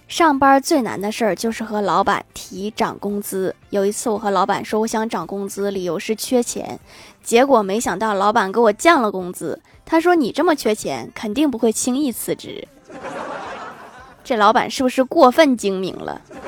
上班最难的事儿就是和老板提涨工资。有一次我和老板说我想涨工资，理由是缺钱，结果没想到老板给我降了工资。他说你这么缺钱，肯定不会轻易辞职。这老板是不是过分精明了？